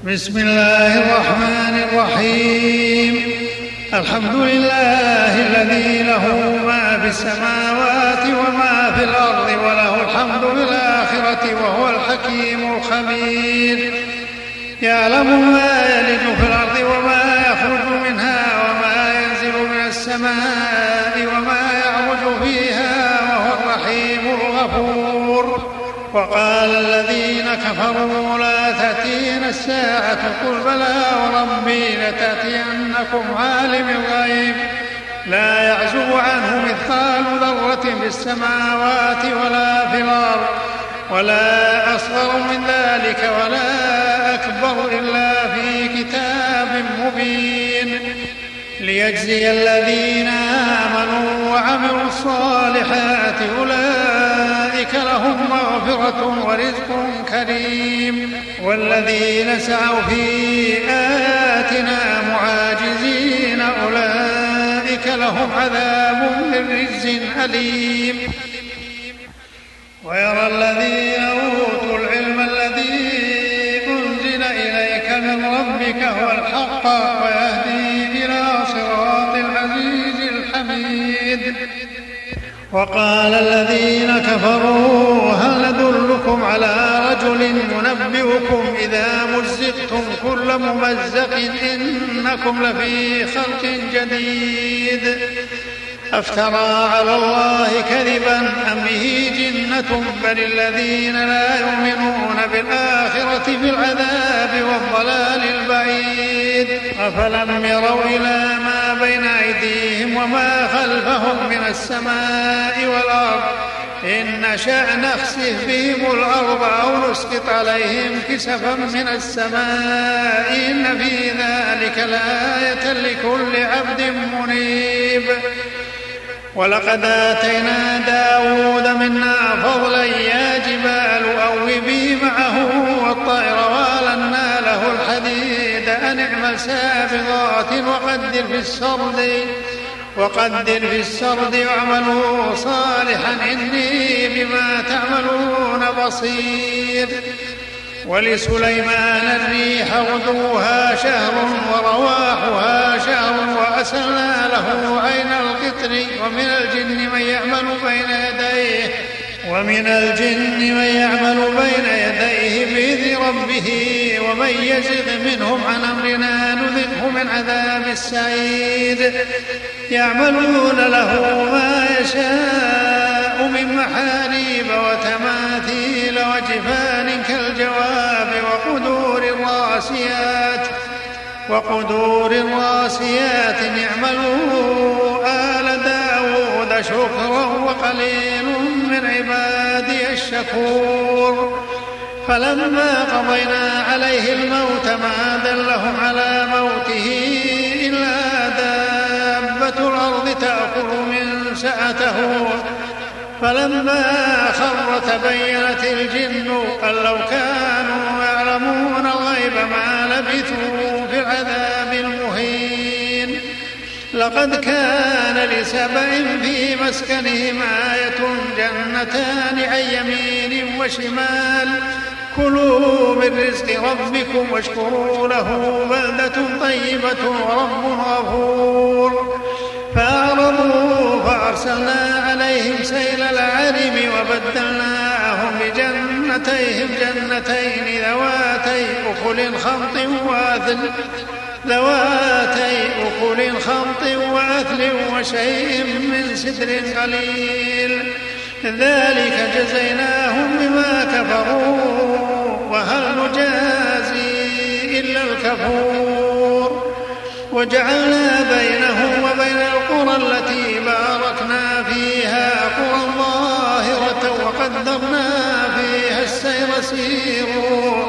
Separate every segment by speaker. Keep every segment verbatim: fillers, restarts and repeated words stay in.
Speaker 1: بسم الله الرحمن الرحيم. الحمد لله الذي له ما في السماوات وما في الأرض وله الحمد في الآخرة وهو الحكيم الخبير. يعلم ما يلج في الأرض وما يخرج منها وما ينزل من السماء وما يعرج فيها وهو الرحيم الغفور. وقال الذين كفروا لا تأتينا الساعة قل بلى وربي لتأتينكم عالم الغيب لا يعزب عنه مثقال ذرة في السماوات ولا في الأرض ولا أصغر من ذلك ولا أكبر إلا في كتاب مبين ليجزي الذين آمنوا وعملوا الصالحات أولئك لهم مغفرة ورزق كريم. والذين سعوا في آياتنا معاجزين أولئك لهم عذاب من رجز أليم. ويرى الذين أوتوا العلم الذي أنزل إليك من ربك هو الحق ويهدي إلى صراط العزيز الحميد. وقال الذين كفروا هل ندلكم على رجل ينبئكم إذا مزقتم كل ممزق إنكم لفي خلق جديد أفترى على الله كذبا أم به جنة بل الذين لا يؤمنون بالآخرة في العذاب والضلال البعيد. أفلم يروا إلى ما بين أيديهم وما خلفهم من السماء والأرض إن نشأ نخسف بهم الأرض أو نسقط عليهم كسفا من السماء إن في ذلك لآية لكل عبد منيب. ولقد آتينا داود منا فضلا يا جبال أوبي معه والطير وألنا له الحديد أن اعمل سابغات وقدر في السرد وقدر في السرد واعملوا صالحا إني بما تعملون بصير. ولسليمان الريح غدوها شهر ورواحها شهر وأسلنا له عين القطر ومن الجن من يعمل بين يديه ومن الجن من يعمل بين يديه بإذن ربه ومن يزغ منهم عن أمرنا نذقه من عذاب السعير. يعملون له ما يشاء من محاريب وتماثيل وجفان كالجواب وقدور الراسيات وقدور الراسيات اعملوا آل داود شكرا وقليل من عبادي الشكور. فلما قضينا عليه الموت ما دلهم على موته إلا دابة الأرض تأكل من سأته فلما خر تبينت الجن أن لو كانوا يعلمون الغيب ما لبثوا في العذاب المهين. لقد كان لسبأ في مسكنهم آية جنتان عن يمين وشمال كلوا من رزق ربكم واشكروا له بلدة طيبة ورب غفور. فأعرضوا فأرسلنا عليهم سيل العرم وبدلناهم بجنتيهم جنتين ذواتي أكل خمط وأثل ذواتي أكل خمط وأثل وشيء من سدر قليل ذلك جزيناهم بما كفروا وهل نجازي إلا الكفور. وجعلنا بينهم وبين القرى التي باركنا فيها قرى ظاهرة وقدرنا فيها السير سيروا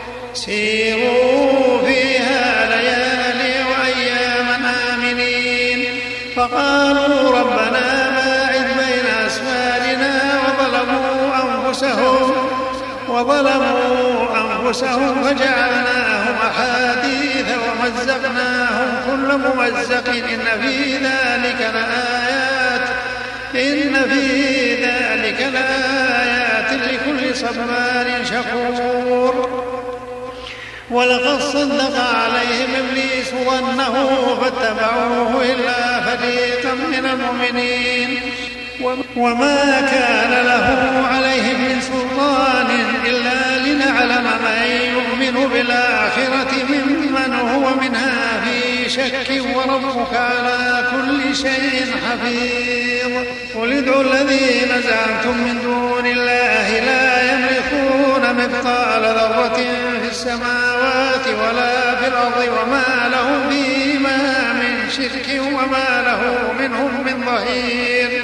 Speaker 1: سيروا فيها ليالي وأياما آمنين. فقالوا ربنا باعد بين أسفارنا وظلموا أنفسهم وظلموا أنفسهم فجعلناهم أحاديث ومزقناهم كل ممزق إن في ذلك لآيات إن في ذلك لآيات لكل صبار شكور. ولقد صدق عليهم إبليس ظنه فاتبعوه إلا فريقا من المؤمنين وما كان له عليهم من سلطان إلا لنعلم من يؤمن بالآخرة ممن هو منها في شك وربك على كل شيء حفيظ. قل ادعوا الذين زعمتم من دون الله لا يملكون مثقال ذرة في السماوات ولا في الأرض وما لهم فيهما من شرك وما له منهم من ظهير.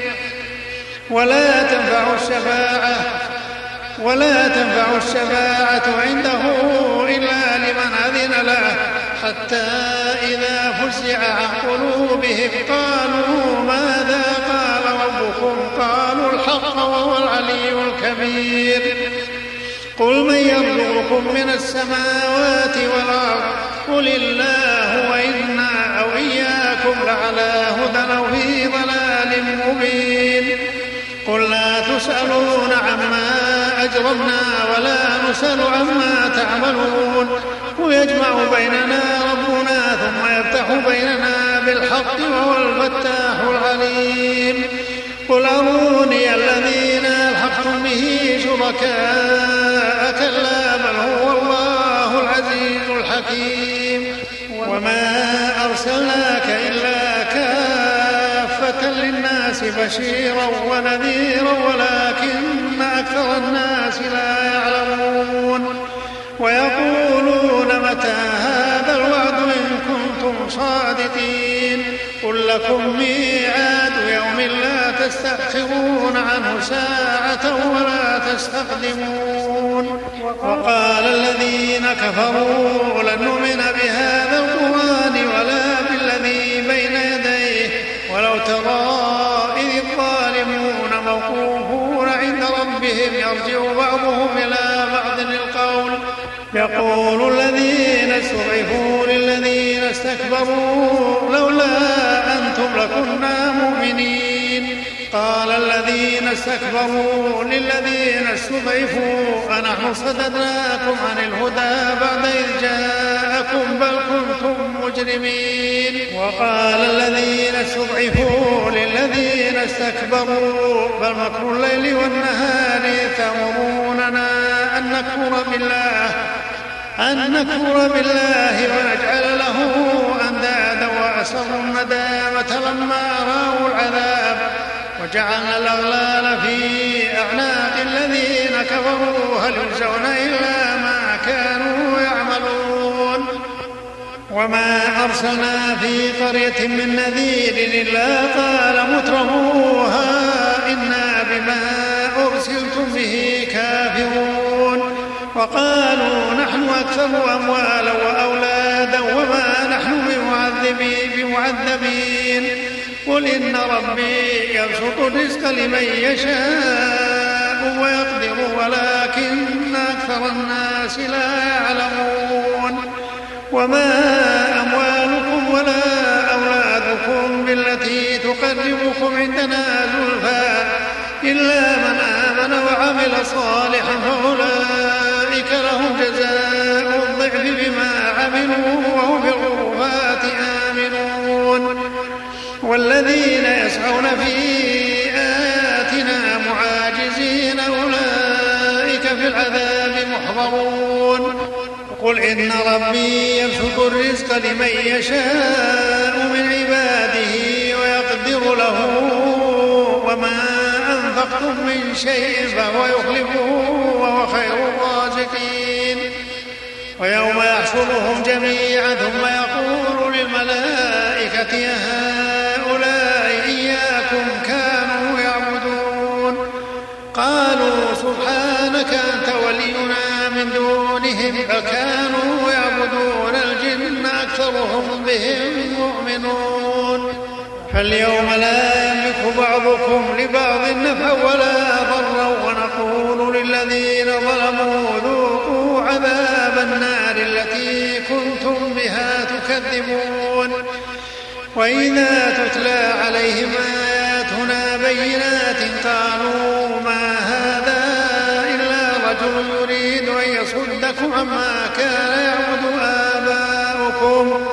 Speaker 1: ولا تنفع الشفاعة ولا تنفع الشفاعة عنده إلا لمن أذن له حتى إذا فزع عن قلوبهم قالوا ماذا قال ربكم قالوا الحق وهو العلي الكبير. قل من يرزقكم من السماوات والأرض قل الله وإنا أو إياكم لعلى هدى أو في ضلال مبين. قل لا تسألون عما أجرمنا ولا نسأل عما تعملون ويجمع بيننا ربنا ثم يفتح بيننا بالحق وهو الفتاح العليم. قل أروني الذين ألحقتم به شركاء كلا بل هو الله العزيز الحكيم. وما أرسلناك إلا كافة للناس بشيرا ونذيرا ولكن أكثر الناس لا يعلمون. ويقولون متى هذا الوعد إن كنتم صادقين. قل لكم ميعاد يوم لا تستأخرون عنه ساعة ولا تستقدمون. وقال الذين كفروا لن نؤمن بهذا القرآن ولا بالذي بين يديه ولو ترى إذ الظالمون موقوفون عند ربهم يرجع بعضهم إلى بعض القول يقول الذين استضعفوا للذين استكبروا لولا أنتم لكنا مؤمنين. قال الذين استكبروا للذين استضعفوا أنحن صددناكم عن الهدى بعد إذ جاءكم بل كنتم مجرمين. وقال الذين استضعفوا للذين استكبروا بل مكر الليل والنهار تأمروننا أن نكفر بالله أن نكفر بالله ونجعل له أندادا وأسروا الندامة لما رأوا العذاب وجعلنا الأغلال في أعناق الذين كفروا هل يجزون إلا ما كانوا يعملون. وما أرسلنا في قرية من نذير إلا قال مترفوها إنا بما أرسلتم به كافرون. وقالوا نحن أكثر أموالا وأولادا وما نحن بمعذبين. قل إن ربي يبسط الرزق لمن يشاء ويقدر ولكن أكثر الناس لا يعلمون. وما أموالكم ولا أولادكم بالتي تقربكم عندنا زلفى إلا من آمن وعمل صالحا فأولئك لهم جزاء الضعف بما عملوا وهم في الغرفات آمنون. والذين يسعون في آياتنا معاجزين أولئك في العذاب محضرون. قل إن ربي يبسط الرزق لمن يشاء من عباده ويقدر له وما أنفقتم من شيء فهو يخلفه وهو خير الرازقين. ويوم يحشرهم جميعا ثم يقول للملائكة هؤلاء إياكم كانوا يعبدون قالوا سبحانك أنت ولينا من دونهم بل كانوا يعبدون الجن أكثرهم بهم مؤمنون. فاليوم لا يملك بعضكم لبعض نفعا ولا ضرا ونقول للذين ظلموا ذوقوا عذاب النار التي كنتم بها تكذبون. وإذا تتلى عليهم آياتنا بينات قالوا ما هذا إلا رجل رجل يريد أن يصدكم عما كان يعبد آباؤكم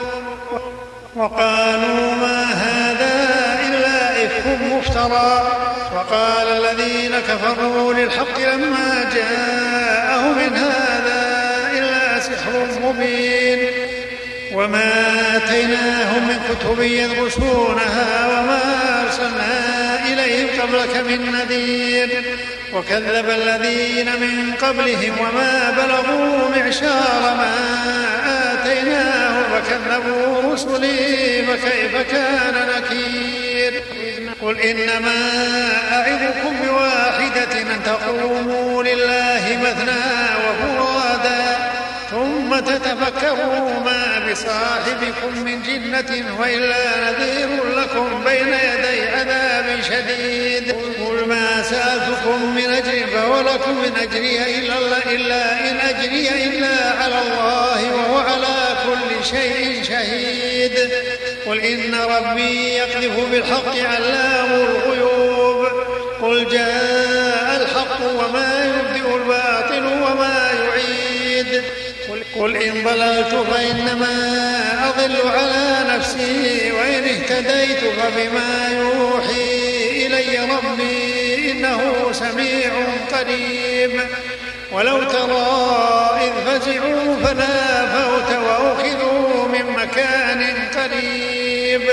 Speaker 1: وقالوا ما هذا إلا إفك مفترى. وقال الذين كفروا للحق لما جاءهم إن هذا إلا سحر مبين وما آتيناهم من كتب يدرسونها وما أرسلنا إليهم قبلك من نذير وكذب الذين من قبلهم وما بلغوا معشار ما آتيناهم فكذبوا رسلي فكيف كان نكير. قل إنما أعظكم بواحدة أن تقوموا لله مثنى وفرادا ثم تتفكروا ما بصاحبكم من جنة وإلا نذير لكم بين يدي عذاب شديد. قل ما سألتكم من أجر فولكم من أجري إلا, إلا إن أجري إلا على الله وهو على كل شيء شهيد. قل إن ربي يقذف بالحق علام الغيوب. قل جاء الحق وما يبدئ الباطل وما يعيد. قل إن ضللت فإنما أضل على نفسي وإن اهتديت فبما يوحي إلي ربي إنه سميع قريب. ولو ترى إذ فزعوا فلا فوت وأخذوا من مكان قريب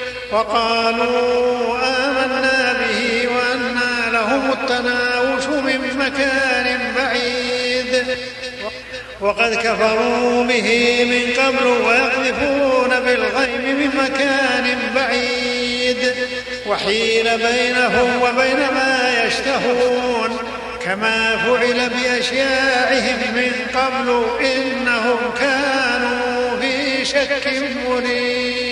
Speaker 1: وقالوا آمنا به وأنى لهم التناوش من مكان بعيد وقد كفروا به من قبل ويقذفون بالغيب من مكان بعيد وحيل بينهم وبين ما يشتهون كما فعل بأشياعهم من قبل إنهم كانوا في شك مريب.